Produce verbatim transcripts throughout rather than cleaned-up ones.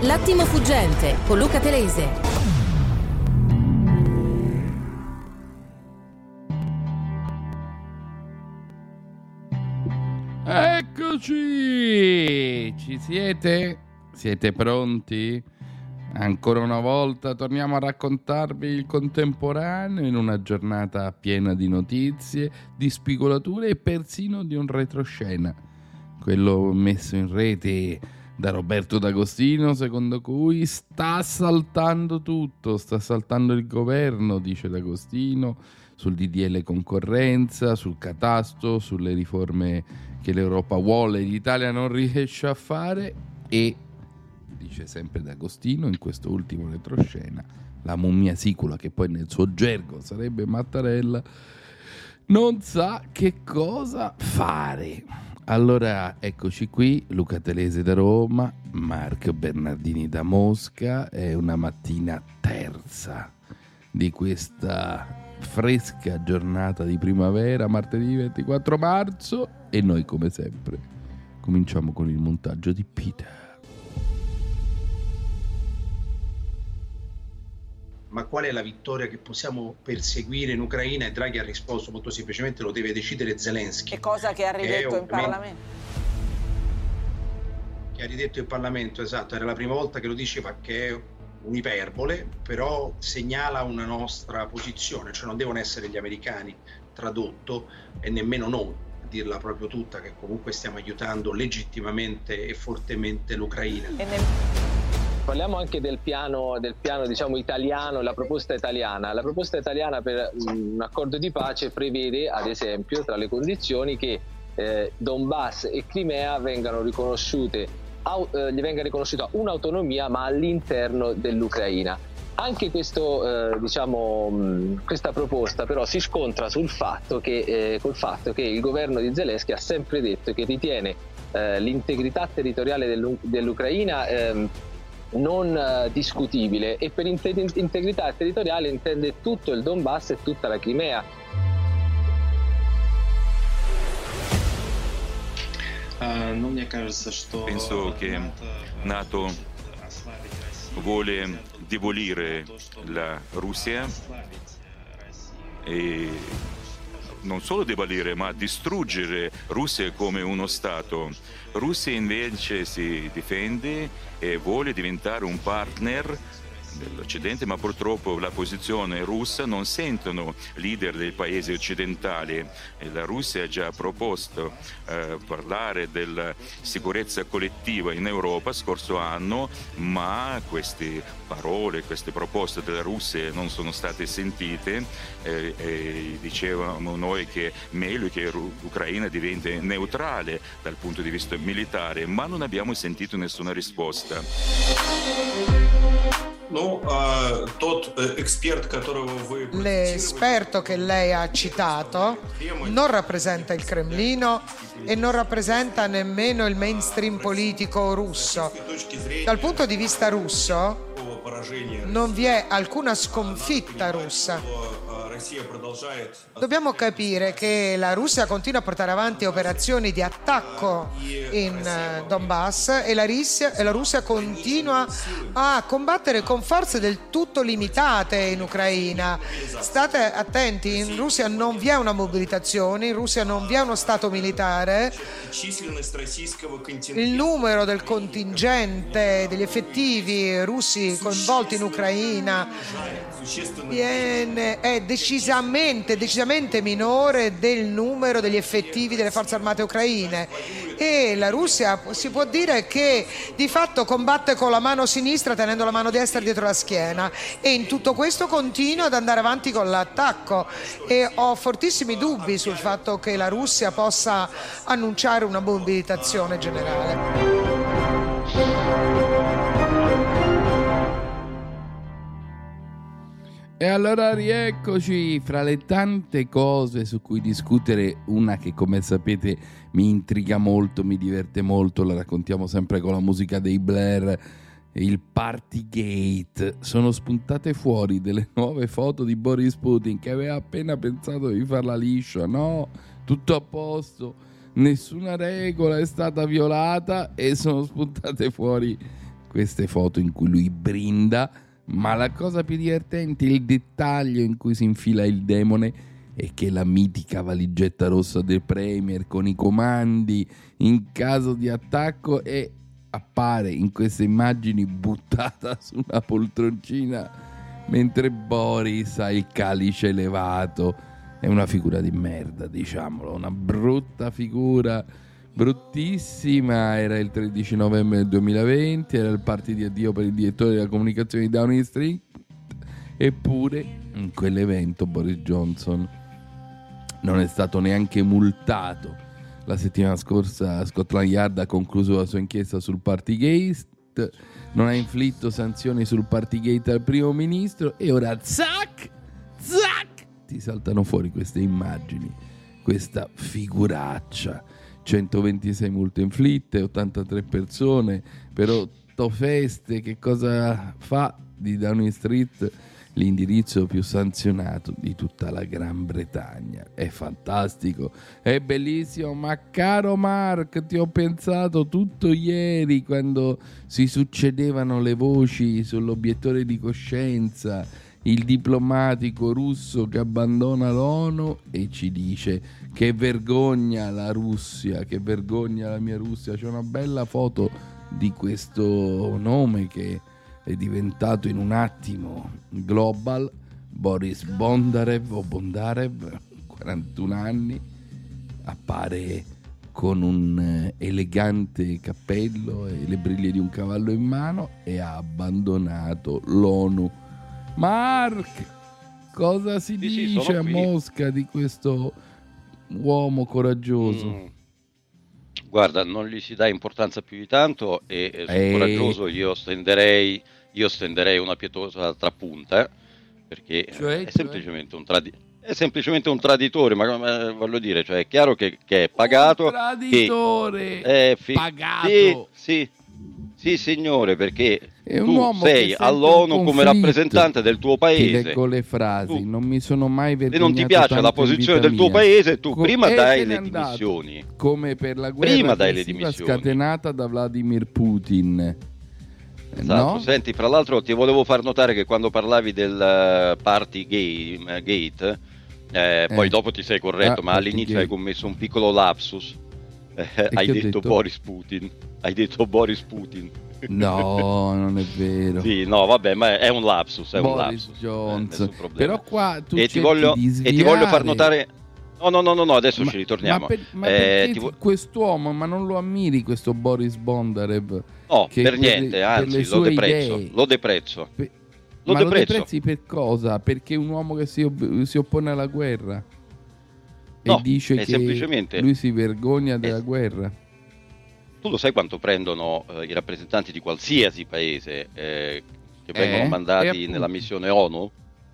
L'attimo fuggente con Luca Telese. Eccoci! Ci siete? Siete pronti? Ancora una volta torniamo a raccontarvi il contemporaneo in una giornata piena di notizie, di spigolature e persino di un retroscena. Quello messo in rete da Roberto D'Agostino, secondo cui sta saltando tutto, sta saltando il governo, dice D'Agostino, sul D D L concorrenza, sul catasto, sulle riforme che l'Europa vuole e l'Italia non riesce a fare e, dice sempre D'Agostino in questo ultimo retroscena, la mummia sicula, che poi nel suo gergo sarebbe Mattarella, non sa che cosa fare. Allora eccoci qui, Luca Telese da Roma, Marco Bernardini da Mosca, è una mattina terza di questa fresca giornata di primavera, martedì ventiquattro marzo, e noi come sempre cominciamo con il montaggio di Peter. Ma qual è la vittoria che possiamo perseguire in Ucraina? E Draghi ha risposto molto semplicemente: lo deve decidere Zelensky. Che cosa che ha ridetto che in Parlamento? Che ha ridetto in Parlamento, esatto, era la prima volta che lo diceva, che è un'iperbole, però segnala una nostra posizione, cioè non devono essere gli americani, tradotto, e nemmeno noi, a dirla proprio tutta, che comunque stiamo aiutando legittimamente e fortemente l'Ucraina. E nel... Parliamo anche del piano, del piano diciamo italiano, la proposta italiana. La proposta italiana per un accordo di pace prevede, ad esempio, tra le condizioni che eh, Donbass e Crimea vengano riconosciute, au, eh, gli venga riconosciuta un'autonomia, ma all'interno dell'Ucraina. Anche questo, eh, diciamo, mh, questa proposta però si scontra sul fatto che, eh, col fatto che il governo di Zelensky ha sempre detto che ritiene eh, l'integrità territoriale dell'U- dell'Ucraina ehm, non uh, discutibile, e per integ- integrità territoriale intende tutto il Donbass e tutta la Crimea. Penso che NATO vuole debolire la Russia e non solo debolire, ma distruggere Russia come uno Stato. Russia invece si difende e vuole diventare un partner dell'Occidente, ma purtroppo la posizione russa non sentono leader dei paesi occidentali. E la Russia ha già proposto eh, parlare della sicurezza collettiva in Europa scorso anno, ma queste parole, queste proposte della Russia non sono state sentite eh, e dicevamo noi che è meglio che l'Ucraina diventi neutrale dal punto di vista militare, ma non abbiamo sentito nessuna risposta. L'esperto che lei ha citato non rappresenta il Cremlino e non rappresenta nemmeno il mainstream politico russo. Dal punto di vista russo non vi è alcuna sconfitta russa. Dobbiamo capire che la Russia continua a portare avanti operazioni di attacco in Donbass e la Russia, e la Russia continua a combattere con forze del tutto limitate in Ucraina. State attenti, in Russia non vi è una mobilitazione, in Russia non vi è uno stato militare. Il numero del contingente, degli effettivi russi coinvolti in Ucraina viene, è decisamente, decisamente minore del numero degli effettivi delle forze armate ucraine, e la Russia si può dire che di fatto combatte con la mano sinistra tenendo la mano destra dietro la schiena, e in tutto questo continua ad andare avanti con l'attacco, e ho fortissimi dubbi sul fatto che la Russia possa annunciare una mobilitazione generale. E allora rieccoci, fra le tante cose su cui discutere, una che come sapete mi intriga molto, mi diverte molto, la raccontiamo sempre con la musica dei Blair, il Partygate. Sono spuntate fuori delle nuove foto di Boris Putin che aveva appena pensato di farla liscia, no? Tutto a posto, nessuna regola è stata violata, e sono spuntate fuori queste foto in cui lui brinda, ma la cosa più divertente, il dettaglio in cui si infila il demone, è che la mitica valigetta rossa del Premier con i comandi in caso di attacco è, appare in queste immagini buttata su una poltroncina mentre Boris ha il calice elevato. È una figura di merda, diciamolo, una brutta figura, bruttissima. Era il tredici novembre del duemilaventi, era il party di addio per il direttore della comunicazione di Downing Street, eppure in quell'evento Boris Johnson non è stato neanche multato. La settimana scorsa Scotland Yard ha concluso la sua inchiesta sul Partygate, non ha inflitto sanzioni sul Partygate al primo ministro e ora zac, zac, ti saltano fuori queste immagini, questa figuraccia. centoventisei multe inflitte, ottantatré persone per otto feste. Che cosa fa di Downing Street l'indirizzo più sanzionato di tutta la Gran Bretagna? È fantastico, è bellissimo, ma caro Mark, ti ho pensato tutto ieri quando si succedevano le voci sull'obiettore di coscienza, il diplomatico russo che abbandona l'ONU e ci dice che vergogna la Russia, che vergogna la mia Russia. C'è una bella foto di questo nome che è diventato in un attimo global, Boris Bondarev o Bondarev, quarantuno anni, appare con un elegante cappello e le briglie di un cavallo in mano e ha abbandonato l'ONU. Mark, cosa si sì, dice sì, a qui. Mosca di questo uomo coraggioso? Mm. Guarda, non gli si dà importanza più di tanto e eh, sul Ehi. coraggioso io stenderei, io stenderei una pietosa trapunta, perché Cioè, è cioè? semplicemente un tradi- è semplicemente un traditore, ma come voglio dire, cioè è chiaro che, che è pagato, Un traditore che è fi- pagato. Sì, sì, sì, signore, perché È un tu uomo sei che all'ONU sente il come conflitto. rappresentante del tuo Ti paese. leggo le frasi, Tu- non mi sono mai Se vergognato non ti piace tanto la in posizione vita del tuo mia. paese, tu Co- prima e dai se n'è le andato. dimissioni. Come per la guerra Prima dai le aggressiva dimissioni. scatenata da Vladimir Putin. Eh, Esatto. No? Senti, fra l'altro ti volevo far notare che quando parlavi del uh, Party game, Gate, eh, poi Eh. dopo ti sei corretto, Ah, ma all'inizio Partygate. hai commesso un piccolo lapsus. Eh, hai che ho detto, detto? Boris Putin. Hai detto Boris Putin. No, non è vero. Sì, no, vabbè, ma è un lapsus, è un Boris lapsus. Johnson. eh, nessun problema. Però qua tu e ti cerchi voglio, di e ti voglio far sviare. notare. No, no, no, no, no, adesso Ma- ci ritorniamo. Ma, per, ma Eh, perché ti vo- ti- quest'uomo, ma non lo ammiri questo Boris Bondarev? No, che per per le- niente, per le anzi, lo sue deprezzo. idee. Lo deprezzo. Pe- Lo ma lo deprezzo. deprezzi per cosa? Perché è un uomo che si, ob- si oppone alla guerra No, e dice è che semplicemente- lui si vergogna della è- guerra. Tu lo sai quanto prendono eh, i rappresentanti di qualsiasi paese eh, che vengono Eh? E mandati appunto. nella missione ONU?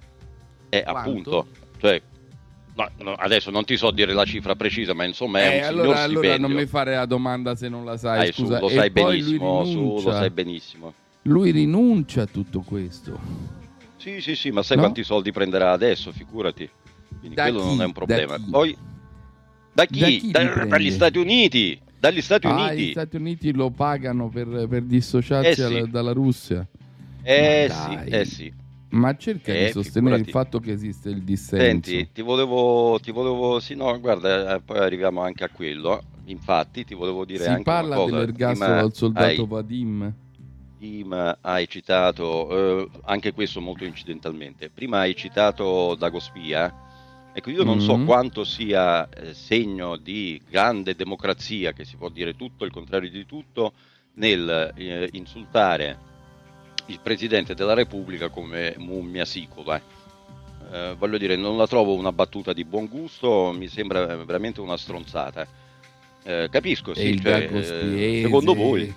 Eh, Quanto? appunto, cioè, no, no, adesso non ti so dire la cifra precisa, ma insomma è Eh, un allora, signor allora stipendio. non mi fare la domanda se non la sai, Dai, su, scusa. lo E sai poi lui benissimo, su, lo rinuncia. sai benissimo. Lui rinuncia a tutto questo. Sì, sì, sì, ma sai No? quanti soldi prenderà adesso, figurati. Quindi Da quello chi? non è un problema. Da chi? Poi, da chi? Da chi li Da- prende? dagli Stati Uniti. Dagli Stati Ah, Uniti. gli Stati Uniti lo pagano per, per dissociarsi Eh sì. alla- dalla Russia. Eh Ma sì, dai. eh sì. Ma cerca Eh, di sostenere figurati. il fatto che esiste il dissenso. Senti, ti volevo, ti volevo, sì, no, guarda, eh, poi arriviamo anche a quello. Infatti, ti volevo dire si anche parla una cosa. dell'ergastolo Prima al soldato hai, Vadim. prima hai citato, eh, anche questo molto incidentalmente, prima hai citato Dagospia. Ecco, io non so Mhm. quanto sia eh, segno di grande democrazia, che si può dire tutto il contrario di tutto, nel eh, insultare il Presidente della Repubblica come mummia sicola. Eh, voglio dire, non la trovo una battuta di buon gusto, mi sembra veramente una stronzata. Eh, capisco, E sì, il cioè, Dagospiese. eh, secondo voi...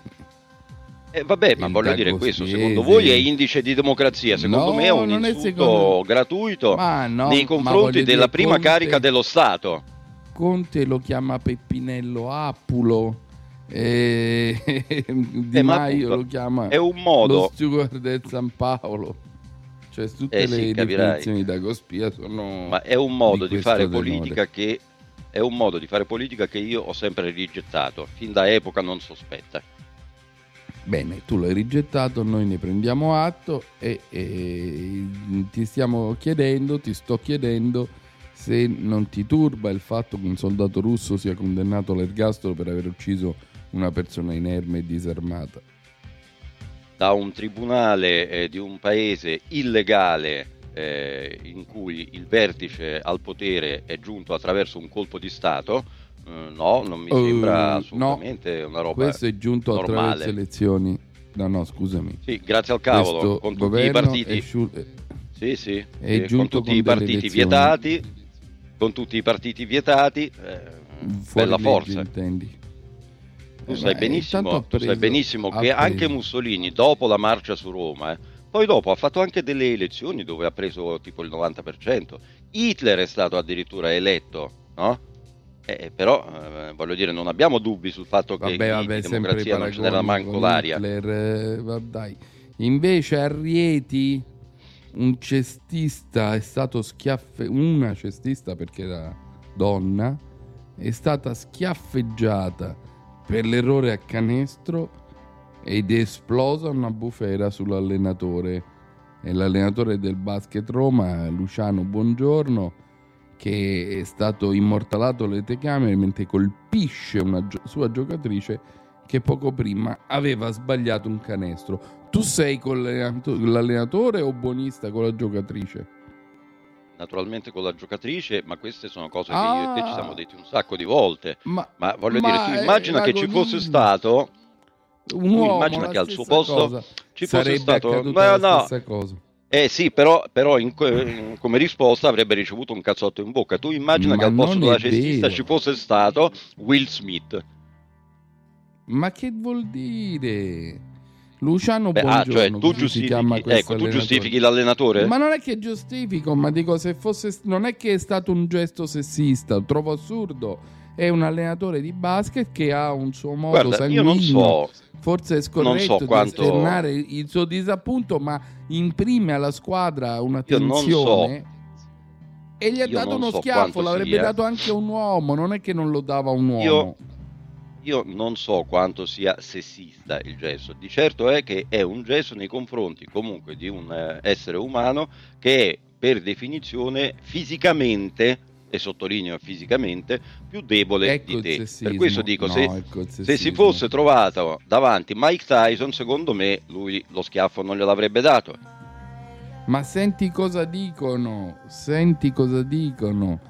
Eh, vabbè, ma Il voglio dire questo, Dagospiese. secondo voi è indice di democrazia? Secondo No, me è un non è insulto secondo- gratuito Ma no, nei ma confronti voglio della dire, prima Conte- carica dello Stato. Conte lo chiama Peppinello Appulo. E Di Eh, ma Maio appunto, lo chiama è un lo modo, steward del San Paolo. Cioè tutte Eh sì, le capirai. definizioni da Gospia sono ma è un modo di di fare questo tenore. politica che è un modo di fare politica che io ho sempre rigettato, fin da epoca non sospetta. Bene, tu l'hai rigettato, noi ne prendiamo atto e, e ti stiamo chiedendo, ti sto chiedendo se non ti turba il fatto che un soldato russo sia condannato all'ergastolo per aver ucciso una persona inerme e disarmata. Da un tribunale eh, di un paese illegale eh, in cui il vertice al potere è giunto attraverso un colpo di Stato, eh, no, non mi sembra uh, assolutamente no. una roba Questo è giunto normale. Attraverso elezioni. No, no, scusami. Sì, grazie al cavolo, Questo con tutti i partiti. Sciu- sì, sì, è sì con tutti con i partiti elezioni. vietati, con tutti i partiti vietati, eh, bella forza. Intendi. Tu sai benissimo, preso, tu sai benissimo che preso. anche Mussolini, dopo la marcia su Roma, eh, poi dopo ha fatto anche delle elezioni dove ha preso tipo il novanta per cento. Hitler è stato addirittura eletto, no? Eh, però, eh, voglio dire, non abbiamo dubbi sul fatto che vabbè, vabbè, in democrazia non ce n'era manco l'aria. Hitler, eh, dai. Invece a Rieti un cestista è stato schiaffe... una cestista, perché era donna, è stata schiaffeggiata per l'errore a canestro ed è esplosa una bufera sull'allenatore. E l'allenatore del Basket Roma, Luciano Buongiorno, che è stato immortalato alle telecamere mentre colpisce una gio- sua giocatrice che poco prima aveva sbagliato un canestro. Tu sei con l'allenatore o buonista con la giocatrice? Naturalmente con la giocatrice, ma queste sono cose ah, che io e te ci siamo detti un sacco di volte. Ma, ma voglio ma dire, tu immagina che ci fosse stato un uomo, immagina che al suo posto cosa. ci Sarebbe fosse stato no, la no. stessa cosa. Eh sì, però, però in, in, come risposta avrebbe ricevuto un cazzotto in bocca. Tu immagina ma che al posto della cestista vero. ci fosse stato Will Smith. Ma che vuol dire? Luciano Beh, Buongiorno, ah, cioè, tu giustifichi, ecco, tu giustifichi l'allenatore? Ma non è che giustifico, ma dico, se fosse, non è che è stato un gesto sessista, lo trovo assurdo. È un allenatore di basket che ha un suo modo Guarda, sanguigno, io non so, forse è scorretto so quanto... di esternare il suo disappunto, ma imprime alla squadra una tensione so. e gli ha io dato uno so schiaffo, l'avrebbe sia... dato anche a un uomo, non è che non lo dava a un uomo. Io... Io non so quanto sia sessista il gesto, di certo è che è un gesto nei confronti comunque di un eh, essere umano che è per definizione fisicamente, e sottolineo fisicamente, più debole ecco di te. sessismo. Per questo dico, no, se, ecco se si fosse trovato davanti Mike Tyson, secondo me lui lo schiaffo non gliel'avrebbe dato. Ma senti cosa dicono, senti cosa dicono.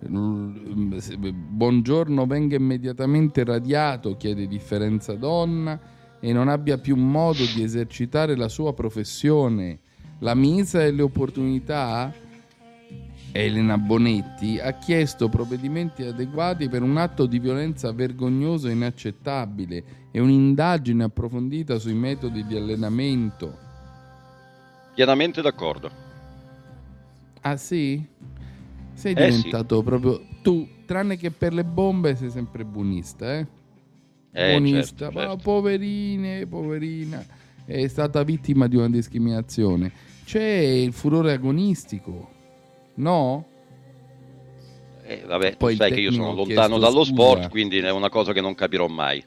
Buongiorno venga immediatamente radiato, chiede Differenza Donna, e non abbia più modo di esercitare la sua professione. La Ministra delle Opportunità, Elena Bonetti, ha chiesto provvedimenti adeguati per un atto di violenza vergognoso e inaccettabile e un'indagine approfondita sui metodi di allenamento. Pienamente d'accordo. Ah sì? Sei eh diventato sì. proprio tu, tranne che per le bombe sei sempre buonista, eh? eh buonista, certo, ma certo. poverine, poverina, è stata vittima di una discriminazione. C'è il furore agonistico, no? Eh, vabbè, Poi tu sai che io sono lontano chiesto dallo scusa. sport, quindi è una cosa che non capirò mai.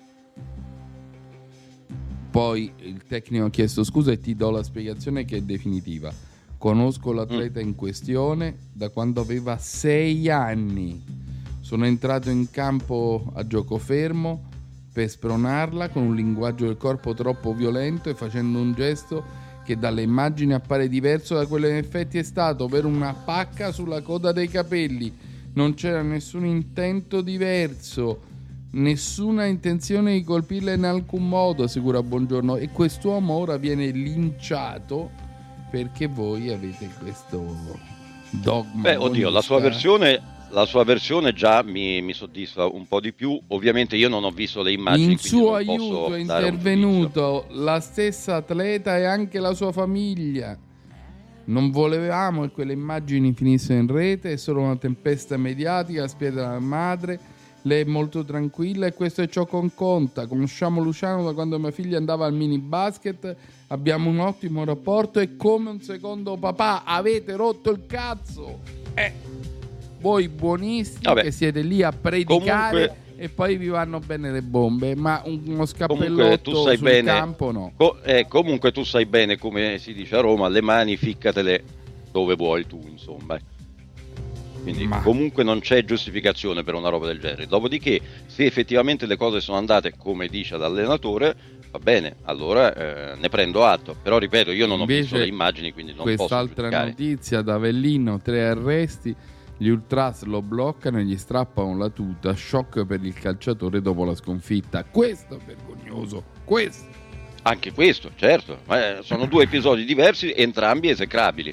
Poi il tecnico ha chiesto scusa e ti do la spiegazione che è definitiva. Conosco l'atleta in questione da quando aveva sei anni. Sono entrato in campo a gioco fermo per spronarla con un linguaggio del corpo troppo violento e facendo un gesto che dalle immagini appare diverso da quello che in effetti è stato, ovvero una pacca sulla coda dei capelli. Non c'era nessun intento diverso, nessuna intenzione di colpirla in alcun modo, assicura Buongiorno, e quest'uomo ora viene linciato perché voi avete questo dogma. Beh, oddio, la sua versione, la sua versione già mi, mi soddisfa un po' di più. Ovviamente io non ho visto le immagini. In suo non posso aiuto è dare un intervenuto la stessa atleta e anche la sua famiglia. Non volevamo che quelle immagini finissero in rete, è solo una tempesta mediatica, spiega la madre. Lei è molto tranquilla e questo è ciò che conta. Conosciamo Luciano da quando mia figlia andava al mini basket, abbiamo un ottimo rapporto, è come un secondo papà. Avete rotto il cazzo, eh. Voi buonisti Vabbè, che siete lì a predicare comunque... e poi vi vanno bene le bombe, ma uno scappellotto comunque, tu sai sul bene, campo no. Co- eh, comunque tu sai bene, come si dice a Roma, le mani ficcatele dove vuoi tu, insomma. Quindi ma... comunque non c'è giustificazione per una roba del genere. Dopodiché, se effettivamente le cose sono andate come dice l'allenatore, va bene, allora eh, ne prendo atto. Però ripeto, io non Invece, ho visto le immagini, quindi non posso quest'altra giudicare. notizia da Avellino, tre arresti. Gli ultras lo bloccano e gli strappano la tuta. Shock per il calciatore dopo la sconfitta. Questo è vergognoso. Questo. Anche questo, certo. Ma sono due episodi diversi, entrambi esecrabili.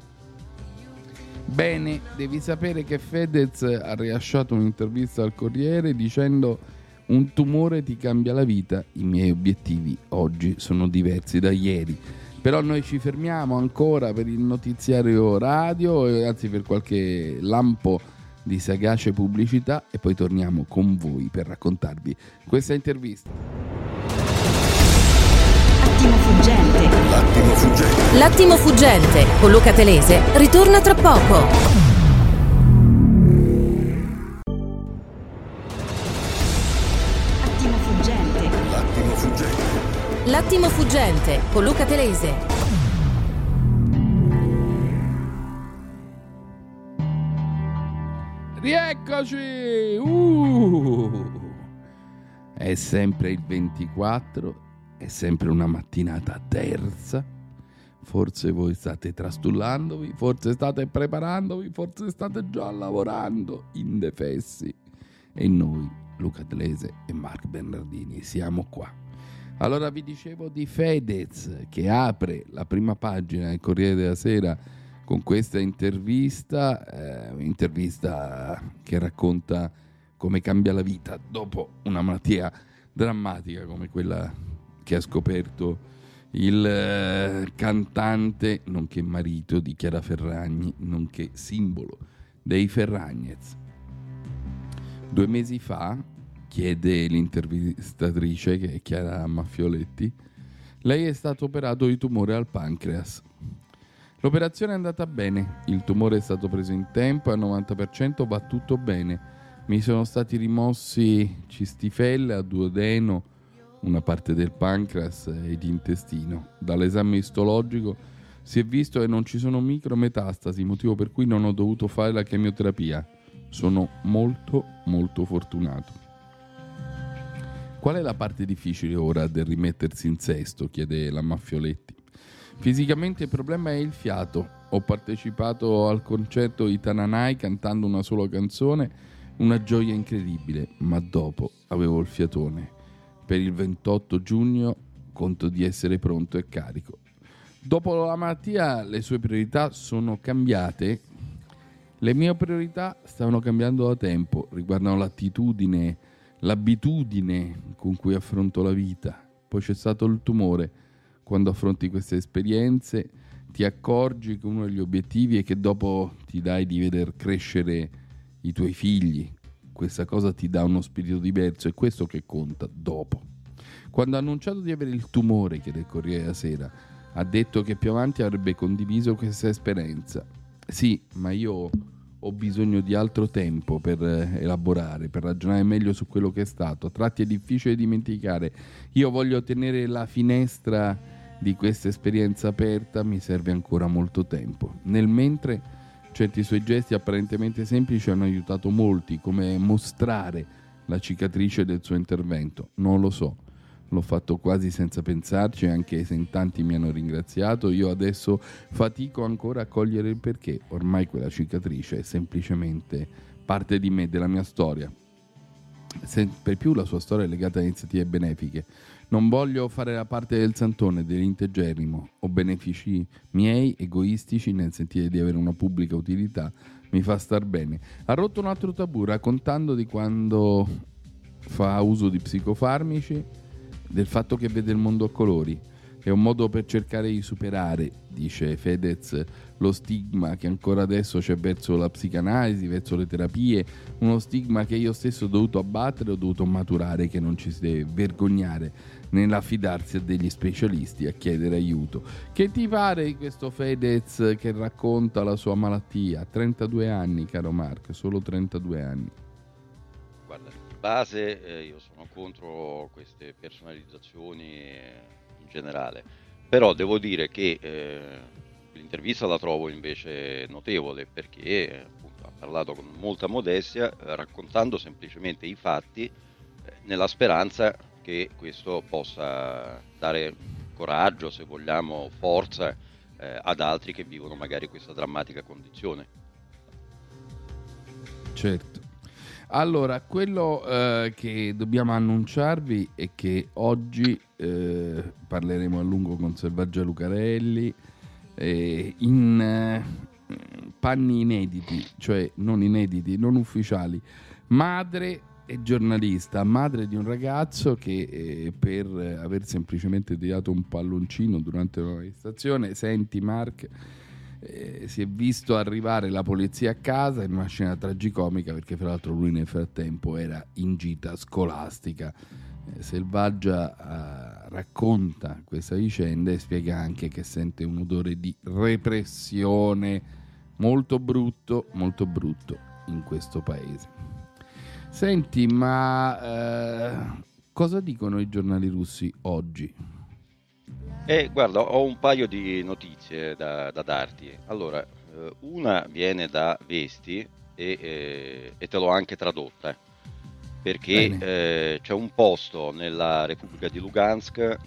Bene, devi sapere che Fedez ha rilasciato un'intervista al Corriere dicendo: un tumore ti cambia la vita. I miei obiettivi oggi sono diversi da ieri. Però noi ci fermiamo ancora per il notiziario radio, anzi per qualche lampo di sagace pubblicità, e poi torniamo con voi per raccontarvi questa intervista. L'attimo fuggente. L'attimo fuggente. L'attimo fuggente con Luca Telese ritorna tra poco. Attimo fuggente. L'attimo fuggente. L'attimo fuggente con Luca Telese. Rieccoci! Uh! È sempre il ventiquattro, è sempre una mattinata terza. Forse voi state trastullandovi, forse state preparandovi, forse state già lavorando indefessi. E noi, Luca Telese e Mark Bernardini, siamo qua. Allora vi dicevo di Fedez, che apre la prima pagina del Corriere della Sera con questa intervista, eh, un'intervista che racconta come cambia la vita dopo una malattia drammatica come quella che ha scoperto il eh, cantante, nonché marito di Chiara Ferragni, nonché simbolo dei Ferragnez. Due mesi fa, chiede l'intervistatrice, che è Chiara Maffioletti, lei è stato operato di tumore al pancreas. L'operazione è andata bene, il tumore è stato preso in tempo e al novanta per cento va tutto bene. Mi sono stati rimossi cistifelle a duodeno, una parte del pancreas e di intestino. Dall'esame istologico si è visto che non ci sono micrometastasi, motivo per cui non ho dovuto fare la chemioterapia. Sono molto molto fortunato. Qual è la parte difficile ora del rimettersi in sesto? Chiede la Maffioletti. Fisicamente il problema è il fiato. Ho partecipato al concerto di Tananai cantando una sola canzone, una gioia incredibile, ma dopo avevo il fiatone. Per il ventotto giugno conto di essere pronto e carico. Dopo la malattia le sue priorità sono cambiate. Le mie priorità stavano cambiando da tempo, riguardano l'attitudine, l'abitudine con cui affronto la vita. Poi c'è stato il tumore. Quando affronti queste esperienze ti accorgi che uno degli obiettivi è che dopo ti dai di veder crescere i tuoi figli. Questa cosa ti dà uno spirito diverso, è questo che conta dopo. Quando ha annunciato di avere il tumore, chiede il Corriere della Sera, ha detto che più avanti avrebbe condiviso questa esperienza. Sì, ma io ho bisogno di altro tempo per elaborare, per ragionare meglio su quello che è stato. A tratti è difficile dimenticare. Io voglio tenere la finestra di questa esperienza aperta, mi serve ancora molto tempo. Nel mentre, certi suoi gesti apparentemente semplici hanno aiutato molti, come mostrare la cicatrice del suo intervento. Non lo so. L'ho fatto quasi senza pensarci, anche se in tanti mi hanno ringraziato. Io adesso fatico ancora a cogliere il perché. Ormai quella cicatrice è semplicemente parte di me, della mia storia. Sempre più la sua storia è legata a iniziative benefiche. Non voglio fare la parte del santone, dell'integerrimo. Ho benefici miei, egoistici, nel sentire di avere una pubblica utilità. Mi fa star bene. Ha rotto un altro tabù raccontando di quando fa uso di psicofarmici, del fatto che vede il mondo a colori. È un modo per cercare di superare, dice Fedez, lo stigma che ancora adesso c'è verso la psicanalisi, verso le terapie, uno stigma che io stesso ho dovuto abbattere, ho dovuto maturare, che non ci si deve vergognare nell'affidarsi a degli specialisti a chiedere aiuto. Che ti pare di questo Fedez che racconta la sua malattia? trentadue anni, caro Marco, solo trentadue anni. Guarda, base eh, io sono contro queste personalizzazioni eh, in generale, però devo dire che eh, l'intervista la trovo invece notevole, perché eh, appunto, ha parlato con molta modestia, eh, raccontando semplicemente i fatti, eh, nella speranza che questo possa dare coraggio, se vogliamo, forza eh, ad altri che vivono magari questa drammatica condizione. Certo. Allora, quello eh, che dobbiamo annunciarvi è che oggi eh, parleremo a lungo con Selvaggia Lucarelli eh, in eh, panni inediti, cioè non inediti, non ufficiali. Madre e giornalista, madre di un ragazzo che eh, per aver semplicemente tirato un palloncino durante una manifestazione, senti Mark, Eh, si è visto arrivare la polizia a casa in una scena tragicomica, perché fra l'altro lui nel frattempo era in gita scolastica. eh, Selvaggia eh, racconta questa vicenda e spiega anche che sente un odore di repressione molto brutto, molto brutto in questo paese. Senti, ma eh, cosa dicono i giornali russi oggi? Eh, guarda, ho un paio di notizie da, da darti. Allora, eh, una viene da Vesti e, eh, e te l'ho anche tradotta, perché eh, c'è un posto nella Repubblica di Lugansk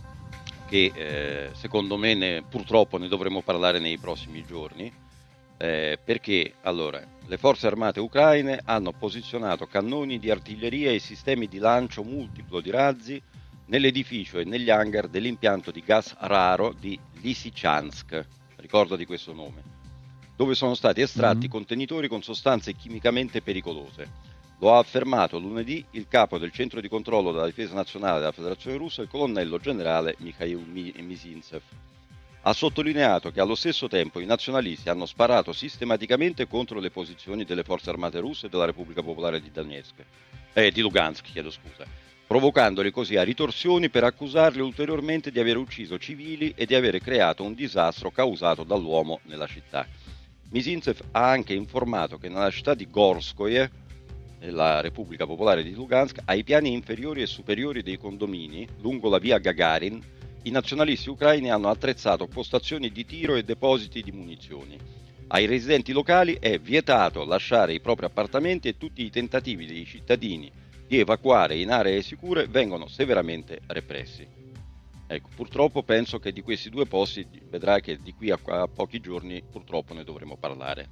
che eh, secondo me ne, purtroppo ne dovremo parlare nei prossimi giorni, eh, perché allora le forze armate ucraine hanno posizionato cannoni di artiglieria e sistemi di lancio multiplo di razzi nell'edificio e negli hangar dell'impianto di gas raro di Lysychansk, ricordo di questo nome, dove sono stati estratti mm-hmm. contenitori con sostanze chimicamente pericolose. Lo ha affermato lunedì il capo del centro di controllo della difesa nazionale della Federazione Russa, il colonnello generale Mikhail Mizintsev. Ha sottolineato che allo stesso tempo i nazionalisti hanno sparato sistematicamente contro le posizioni delle forze armate russe e della Repubblica Popolare di Donetsk, eh, di Lugansk, chiedo scusa, provocandoli così a ritorsioni per accusarli ulteriormente di aver ucciso civili e di avere creato un disastro causato dall'uomo nella città. Mizintsev ha anche informato che nella città di Gorskoye, nella Repubblica Popolare di Lugansk, ai piani inferiori e superiori dei condomini, lungo la via Gagarin, i nazionalisti ucraini hanno attrezzato postazioni di tiro e depositi di munizioni. Ai residenti locali è vietato lasciare i propri appartamenti e tutti i tentativi dei cittadini di evacuare in aree sicure vengono severamente repressi. Ecco, purtroppo penso che di questi due posti vedrai che di qui a, a pochi giorni purtroppo ne dovremo parlare.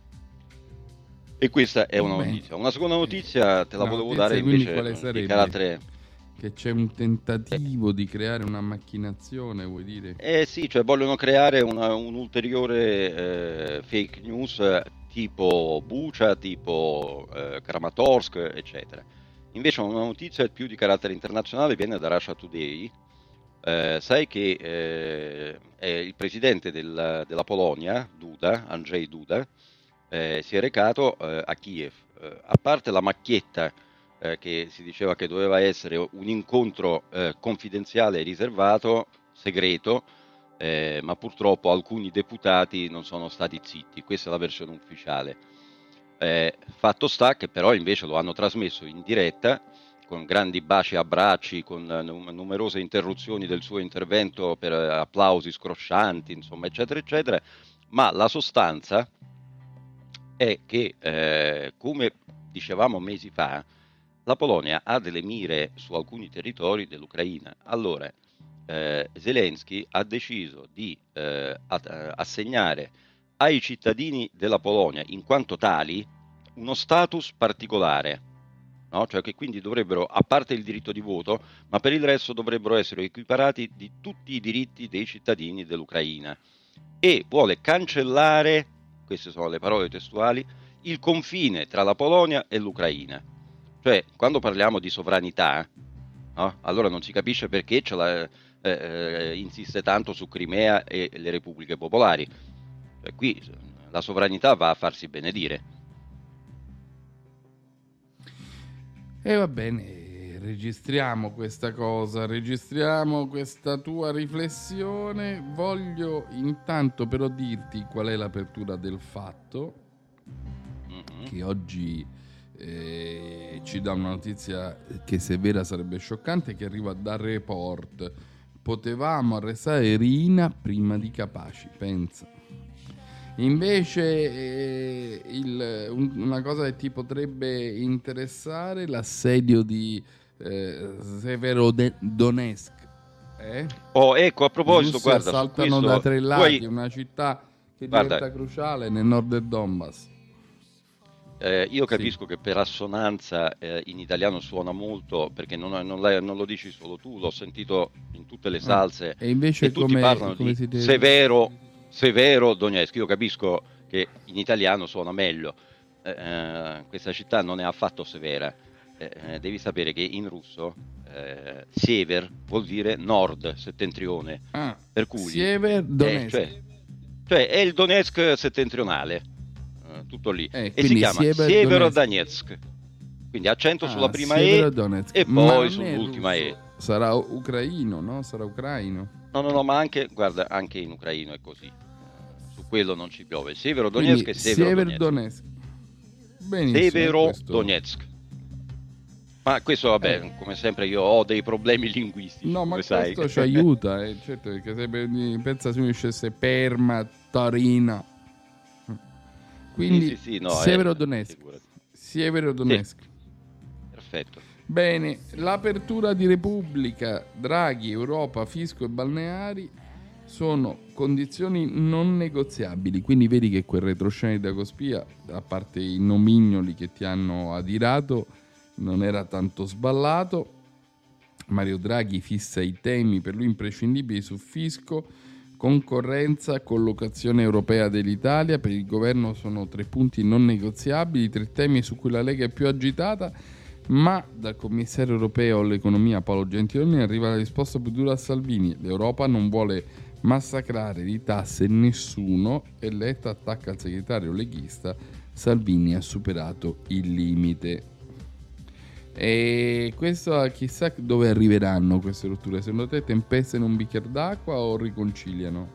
E questa è una notizia. Una seconda notizia te la una volevo notizia, dare invece di carattere... Che c'è un tentativo di creare una macchinazione, vuoi dire? Eh sì, cioè vogliono creare una, un ulteriore eh, fake news tipo Bucha, tipo eh, Kramatorsk, eccetera. Invece una notizia più di carattere internazionale viene da Russia Today. Eh, sai che eh, è il presidente del, della Polonia, Duda, Andrzej Duda, eh, si è recato eh, a Kiev. Eh, a parte la macchietta eh, che si diceva che doveva essere un incontro eh, confidenziale e riservato, segreto, eh, ma purtroppo alcuni deputati non sono stati zitti. Questa è la versione ufficiale. Eh, fatto sta che però invece lo hanno trasmesso in diretta con grandi baci e abbracci, con num- numerose interruzioni del suo intervento per eh, applausi scroscianti, insomma, eccetera, eccetera. Ma la sostanza è che, eh, come dicevamo mesi fa, la Polonia ha delle mire su alcuni territori dell'Ucraina. Allora, eh, Zelensky ha deciso di eh, assegnare ai cittadini della Polonia, in quanto tali, uno status particolare, no? Cioè che quindi dovrebbero, a parte il diritto di voto, ma per il resto dovrebbero essere equiparati di tutti i diritti dei cittadini dell'Ucraina, e vuole cancellare, queste sono le parole testuali, il confine tra la Polonia e l'Ucraina. Cioè, quando parliamo di sovranità, no? Allora non si capisce perché ce la, eh, eh, insiste tanto su Crimea e le repubbliche popolari. Cioè, qui la sovranità va a farsi benedire. E va bene, registriamo questa cosa, registriamo questa tua riflessione. Voglio intanto però dirti qual è l'apertura del Fatto, mm-hmm. che oggi eh, ci dà una notizia che se vera sarebbe scioccante, che arriva da Report. Potevamo arrestare Rina prima di Capaci, pensa. Invece eh, il, un, una cosa che ti potrebbe interessare, l'assedio di eh, Severodonetsk. Eh? Oh, ecco, a proposito, guarda, saltano questo, da tre lati, poi, una città che guarda, diventa cruciale nel nord del Donbass. Eh, io capisco sì. che per assonanza eh, in italiano suona molto, perché non, non, non lo dici solo tu, l'ho sentito in tutte le salse, ah, e invece e tutti come, parlano come di siete... Severo, Severo Donetsk. Io capisco che in italiano suona meglio, eh, eh, questa città non è affatto severa, eh, eh, devi sapere che in russo eh, Sever vuol dire nord, settentrione, ah, per cui Sever Donetsk, eh, cioè, cioè è il Donetsk settentrionale, tutto lì, eh, e si chiama Severodonetsk, quindi accento ah, sulla prima E e poi sull'ultima russo. E. Sarà ucraino, no? Sarà ucraino. No, no, no, ma anche, guarda, anche in ucraino è così. Su quello non ci piove. Severodonetsk e Severodonetsk. Benissimo. Severodonetsk. Ma questo, vabbè, eh. come sempre io ho dei problemi linguistici. No, ma questo sai. ci aiuta, eh. Certo, perché se pensa se mi dicesse Perma, Torino. Quindi sì, sì, sì, no, Severodonetsk. Eh, Severodonetsk. Sì. Perfetto. Bene, l'apertura di Repubblica, Draghi, Europa, fisco e balneari sono condizioni non negoziabili. Quindi vedi che quel retroscena di Dagospia, a parte i nomignoli che ti hanno adirato, non era tanto sballato. Mario Draghi fissa i temi per lui imprescindibili su fisco, concorrenza, collocazione europea dell'Italia. Per il governo sono tre punti non negoziabili, tre temi su cui la Lega è più agitata, ma dal commissario europeo all'economia Paolo Gentiloni arriva la risposta più dura a Salvini: l'Europa non vuole massacrare di tasse nessuno, e Letta attacca il segretario leghista: Salvini ha superato il limite. E questo, chissà dove arriveranno queste rotture. Secondo te tempesta in un bicchiere d'acqua o riconciliano?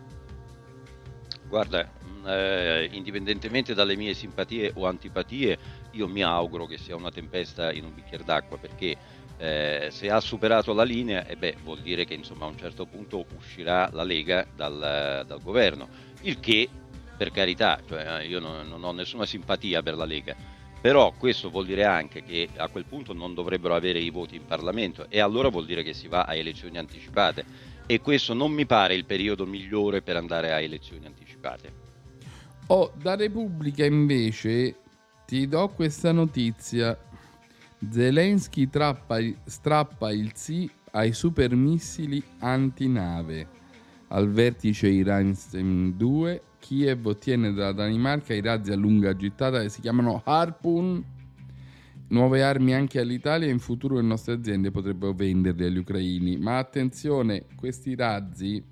Guarda, eh, indipendentemente dalle mie simpatie o antipatie, io mi auguro che sia una tempesta in un bicchiere d'acqua, perché eh, se ha superato la linea, eh beh, vuol dire che insomma a un certo punto uscirà la Lega dal, dal governo, il che, per carità, cioè, io non, non ho nessuna simpatia per la Lega. Però questo vuol dire anche che a quel punto non dovrebbero avere i voti in Parlamento, e allora vuol dire che si va a elezioni anticipate, e questo non mi pare il periodo migliore per andare a elezioni anticipate. Oh, da Repubblica invece ti do questa notizia: Zelensky trappa, strappa il sì ai supermissili antinave. Al vertice Iran due, Kiev ottiene dalla Danimarca i razzi a lunga gittata che si chiamano Harpoon, nuove armi anche all'Italia, e in futuro le nostre aziende potrebbero venderli agli ucraini. Ma attenzione, questi razzi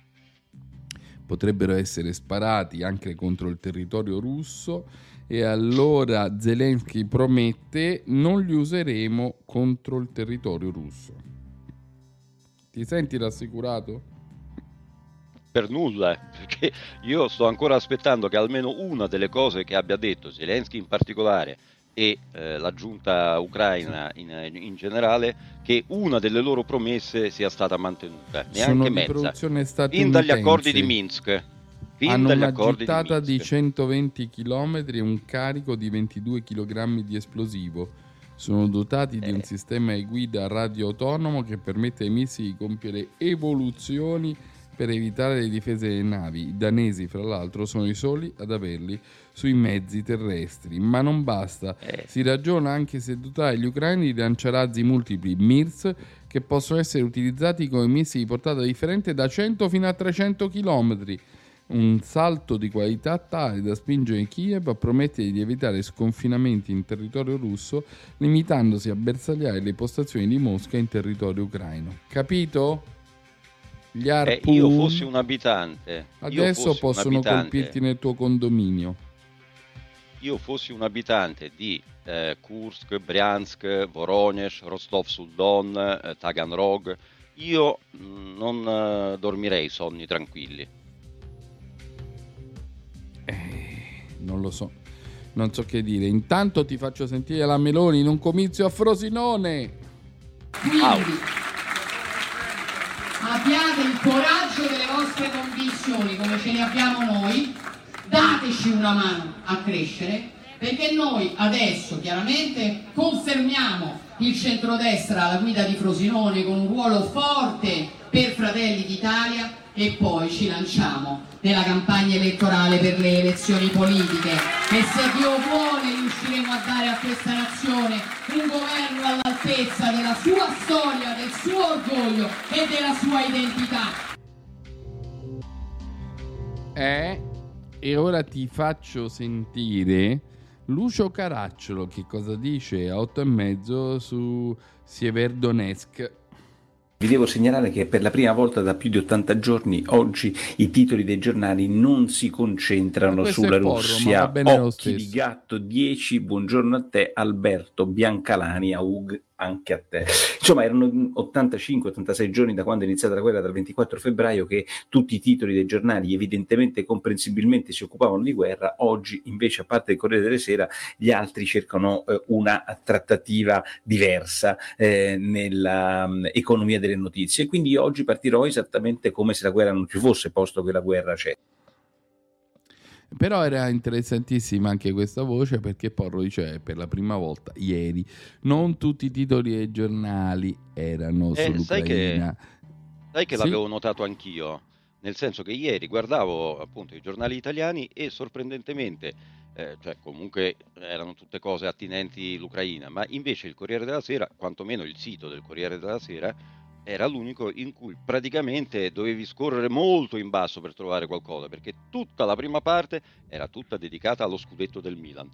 potrebbero essere sparati anche contro il territorio russo, e allora Zelensky promette: non li useremo contro il territorio russo. Ti senti rassicurato? Per nulla, perché io sto ancora aspettando che almeno una delle cose che abbia detto Zelensky in particolare e eh, la giunta ucraina in, in generale, che una delle loro promesse sia stata mantenuta, neanche mezza, fin dagli accordi di Minsk. Fin hanno dagli una accordi gittata di, di centoventi chilometri e un carico di ventidue chilogrammi di esplosivo. Sono dotati eh. di un sistema di guida radio autonomo che permette ai missili di compiere evoluzioni per evitare le difese delle navi. I danesi, fra l'altro, sono i soli ad averli sui mezzi terrestri. Ma non basta, eh. si ragiona anche se dotare gli ucraini di lanciarazzi multipli M I R S che possono essere utilizzati come missili di portata differente da cento fino a trecento chilometri. Un salto di qualità tale da spingere Kiev a promettere di evitare sconfinamenti in territorio russo, limitandosi a bersagliare le postazioni di Mosca in territorio ucraino. Capito? Gli Harpoon, eh, io fossi un abitante adesso fossi possono un abitante, colpirti nel tuo condominio. Io fossi un abitante di eh, Kursk, Bryansk, Voronezh, Rostov sul Don, eh, Taganrog, io mh, non eh, dormirei sonni tranquilli. Eh, non lo so. non so che dire. Intanto ti faccio sentire la Meloni in un comizio a Frosinone. Quindi abbiate il coraggio delle vostre convinzioni come ce ne abbiamo noi, dateci una mano a crescere, perché noi adesso chiaramente confermiamo il centrodestra alla guida di Frosinone con un ruolo forte per Fratelli d'Italia e poi ci lanciamo nella campagna elettorale per le elezioni politiche e se Dio vuole riusciremo a dare a questa nazione un governo all'altezza della sua storia, del suo orgoglio e della sua identità. Eh, e ora ti faccio sentire Lucio Caracciolo che cosa dice a otto e mezzo su Sieverdonetsk. Vi devo segnalare che per la prima volta da più di ottanta giorni oggi i titoli dei giornali non si concentrano sulla porro, Russia. Occhi di gatto dieci, buongiorno a te Alberto Biancalani, aug anche a te. Insomma, erano ottantacinque ottantasei giorni da quando è iniziata la guerra, dal ventiquattro febbraio, che tutti i titoli dei giornali evidentemente e comprensibilmente si occupavano di guerra. Oggi invece, a parte il Corriere della Sera, gli altri cercano eh, una trattativa diversa eh, nella um, economia delle notizie. Quindi oggi partirò esattamente come se la guerra non ci fosse, posto che la guerra c'è. Però era interessantissima anche questa voce, perché Porro dice per la prima volta ieri non tutti i titoli dei giornali erano eh, sull'Ucraina. Sai che, sai che sì? L'avevo notato anch'io, nel senso che ieri guardavo appunto i giornali italiani e sorprendentemente, eh, cioè comunque erano tutte cose attinenti all'Ucraina, ma invece il Corriere della Sera, quantomeno il sito del Corriere della Sera, era l'unico in cui praticamente dovevi scorrere molto in basso per trovare qualcosa, perché tutta la prima parte era tutta dedicata allo scudetto del Milan.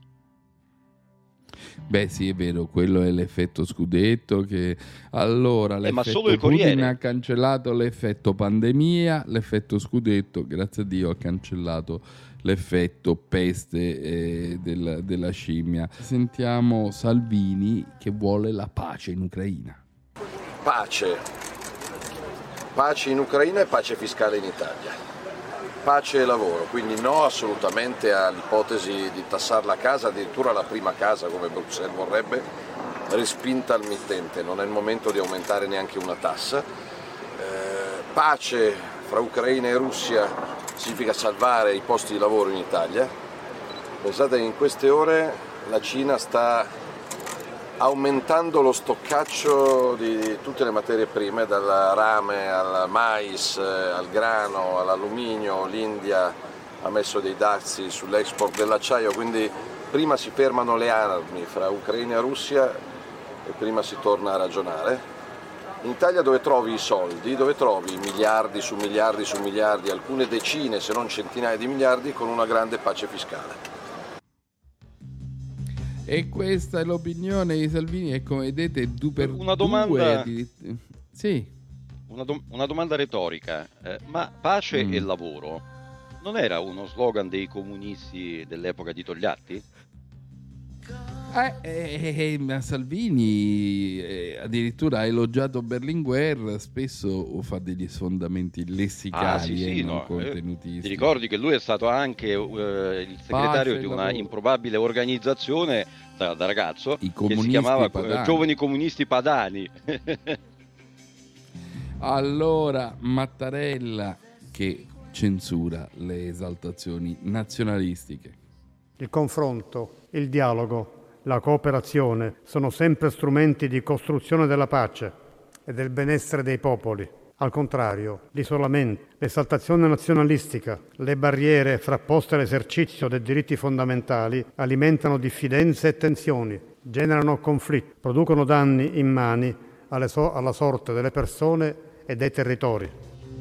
Beh sì, è vero, quello è l'effetto scudetto che allora eh, l'effetto ma solo il Putin Corriere ha cancellato l'effetto pandemia, l'effetto scudetto, grazie a Dio, ha cancellato l'effetto peste eh, della, della scimmia. Sentiamo Salvini che vuole la pace in Ucraina. Pace, pace in Ucraina e pace fiscale in Italia, pace e lavoro, quindi no assolutamente all'ipotesi di tassare la casa, addirittura la prima casa come Bruxelles vorrebbe, respinta al mittente, non è il momento di aumentare neanche una tassa. Eh, pace fra Ucraina e Russia significa salvare i posti di lavoro in Italia. Pensate che in queste ore la Cina sta aumentando lo stoccaccio di tutte le materie prime, dal rame al mais, al grano, all'alluminio. L'India ha messo dei dazi sull'export dell'acciaio, quindi prima si fermano le armi fra Ucraina e Russia e prima si torna a ragionare. In Italia dove trovi i soldi, dove trovi miliardi su miliardi su miliardi, alcune decine se non centinaia di miliardi, con una grande pace fiscale. E questa è l'opinione di Salvini e come vedete due per una domanda, due sì. una, do- una domanda retorica, eh, ma pace mm. e lavoro non era uno slogan dei comunisti dell'epoca di Togliatti? Eh, eh, eh, ma Salvini eh, addirittura ha elogiato Berlinguer, spesso fa degli sfondamenti lessicali ah, sì, sì, e non no. contenutisti. Eh, ti ricordi che lui è stato anche eh, il segretario Pace di una improbabile organizzazione da, da ragazzo I che si chiamava padani. Giovani Comunisti Padani. Allora, Mattarella che censura le esaltazioni nazionalistiche. Il confronto, il dialogo, la cooperazione sono sempre strumenti di costruzione della pace e del benessere dei popoli. Al contrario, l'isolamento, l'esaltazione nazionalistica, le barriere frapposte all'esercizio dei diritti fondamentali alimentano diffidenze e tensioni, generano conflitti, producono danni immani alle so- alla sorte delle persone e dei territori.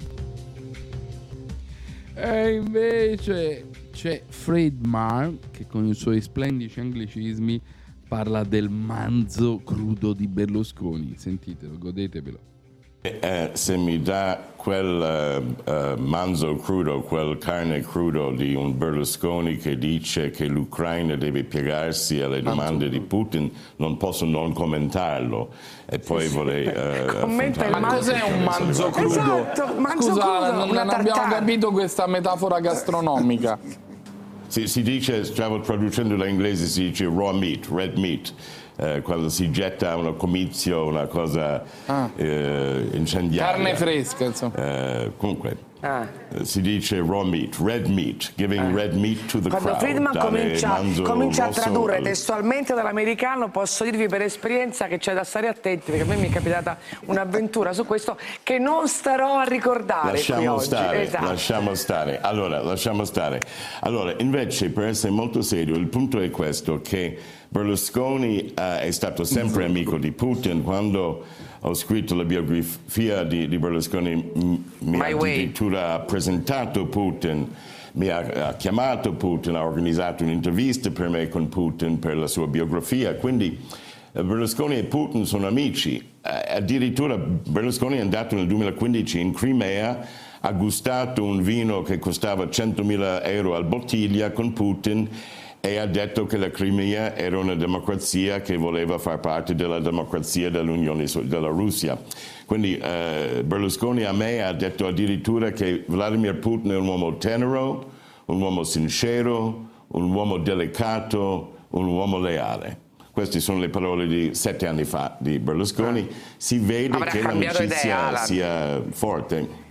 E invece c'è Friedman che con i suoi splendici anglicismi parla del manzo crudo di Berlusconi. Sentitelo, godetevelo. Eh, se mi dà quel uh, uh, manzo crudo, quel carne crudo di un Berlusconi che dice che l'Ucraina deve piegarsi alle domande di Putin, non posso non commentarlo. E poi sì, vuole uh, ma cos'è un manzo crudo? Esatto, manzo Scusa, crudo, non, non abbiamo capito questa metafora gastronomica. si, si dice, stavo traducendo dall'inglese, si dice raw meat, red meat, eh, quando si getta una comizio, una cosa ah. eh, incendiaria. Carne fresca, insomma. Eh, comunque. Ah. Si dice raw meat, red meat, giving ah. red meat to the Quando crowd. Friedman comincia, comincia a tradurre al... testualmente dall'americano, posso dirvi per esperienza che c'è da stare attenti, perché a me mi è capitata un'avventura su questo che non starò a ricordare. Lasciamo qui stare, oggi. Esatto. lasciamo stare. Allora, lasciamo stare. Allora, invece, per essere molto serio, il punto è questo, che Berlusconi uh, è stato sempre amico di Putin. Quando ho scritto la biografia di, di Berlusconi m- mi My ha addirittura way. presentato Putin, mi ha, ha chiamato Putin, ha organizzato un'intervista per me con Putin per la sua biografia, quindi uh, Berlusconi e Putin sono amici. Uh, addirittura Berlusconi è andato nel duemilaquindici in Crimea, ha gustato un vino che costava centomila euro al bottiglia con Putin e ha detto che la Crimea era una democrazia che voleva far parte della democrazia dell'Unione della Russia. Quindi eh, Berlusconi a me ha detto addirittura che Vladimir Putin è un uomo tenero, un uomo sincero, un uomo delicato, un uomo leale. Queste sono le parole di sette anni fa di Berlusconi. Si vede Avrà che l'amicizia sia forte.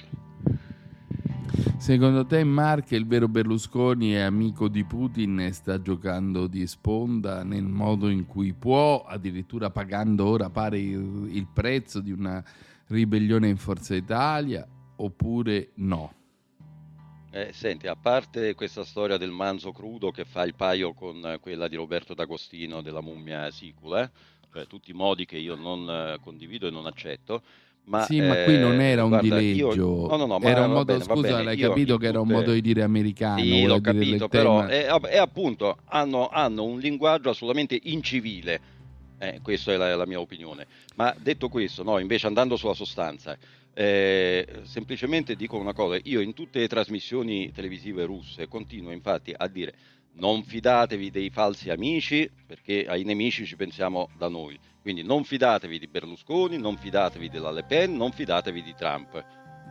Secondo te, Mark, il vero Berlusconi è amico di Putin e sta giocando di sponda nel modo in cui può, addirittura pagando ora pare il, il prezzo di una ribellione in Forza Italia, oppure no? Eh, senti, a parte questa storia del manzo crudo che fa il paio con quella di Roberto D'Agostino della mummia sicula, cioè tutti i modi che io non eh, condivido e non accetto. Ma, sì, ma qui non era un guarda, dileggio, io, no, no, no, era ma, un modo, bene, scusa, l'hai capito che tutte... era un modo di dire americano? Sì, l'ho capito, però, tema... e, e appunto hanno, hanno un linguaggio assolutamente incivile, eh, questa è la, la mia opinione. Ma detto questo, no, invece andando sulla sostanza, eh, semplicemente dico una cosa, io in tutte le trasmissioni televisive russe continuo infatti a dire non fidatevi dei falsi amici, perché ai nemici ci pensiamo da noi. Quindi non fidatevi di Berlusconi, non fidatevi della Le Pen, non fidatevi di Trump.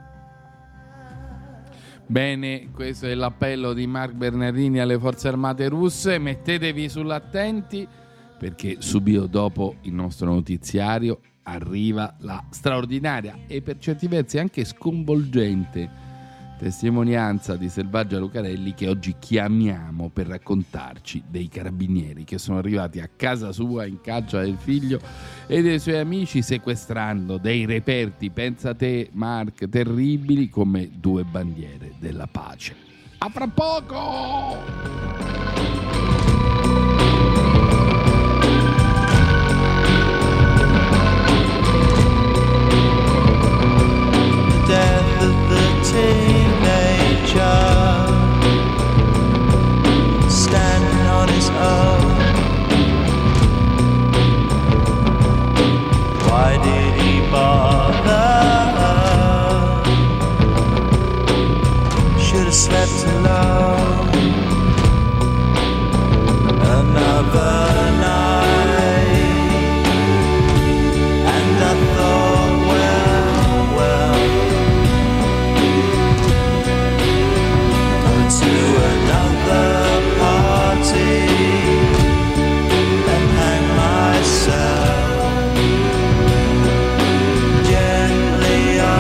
Bene, questo è l'appello di Mark Bernardini alle forze armate russe. Mettetevi sull'attenti perché subito dopo il nostro notiziario arriva la straordinaria e per certi versi anche sconvolgente testimonianza di Selvaggia Lucarelli, che oggi chiamiamo per raccontarci dei carabinieri che sono arrivati a casa sua in caccia del figlio e dei suoi amici, sequestrando dei reperti, pensa te Mark, terribili come due bandiere della pace. A fra poco! Death of the teenager standing on his own. Why did he bother? Should have slept alone. Another night, and I thought, well, well, to another party and hang myself gently on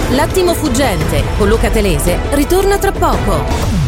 L'attimo fuggente con Luca Telese ritorna tra poco.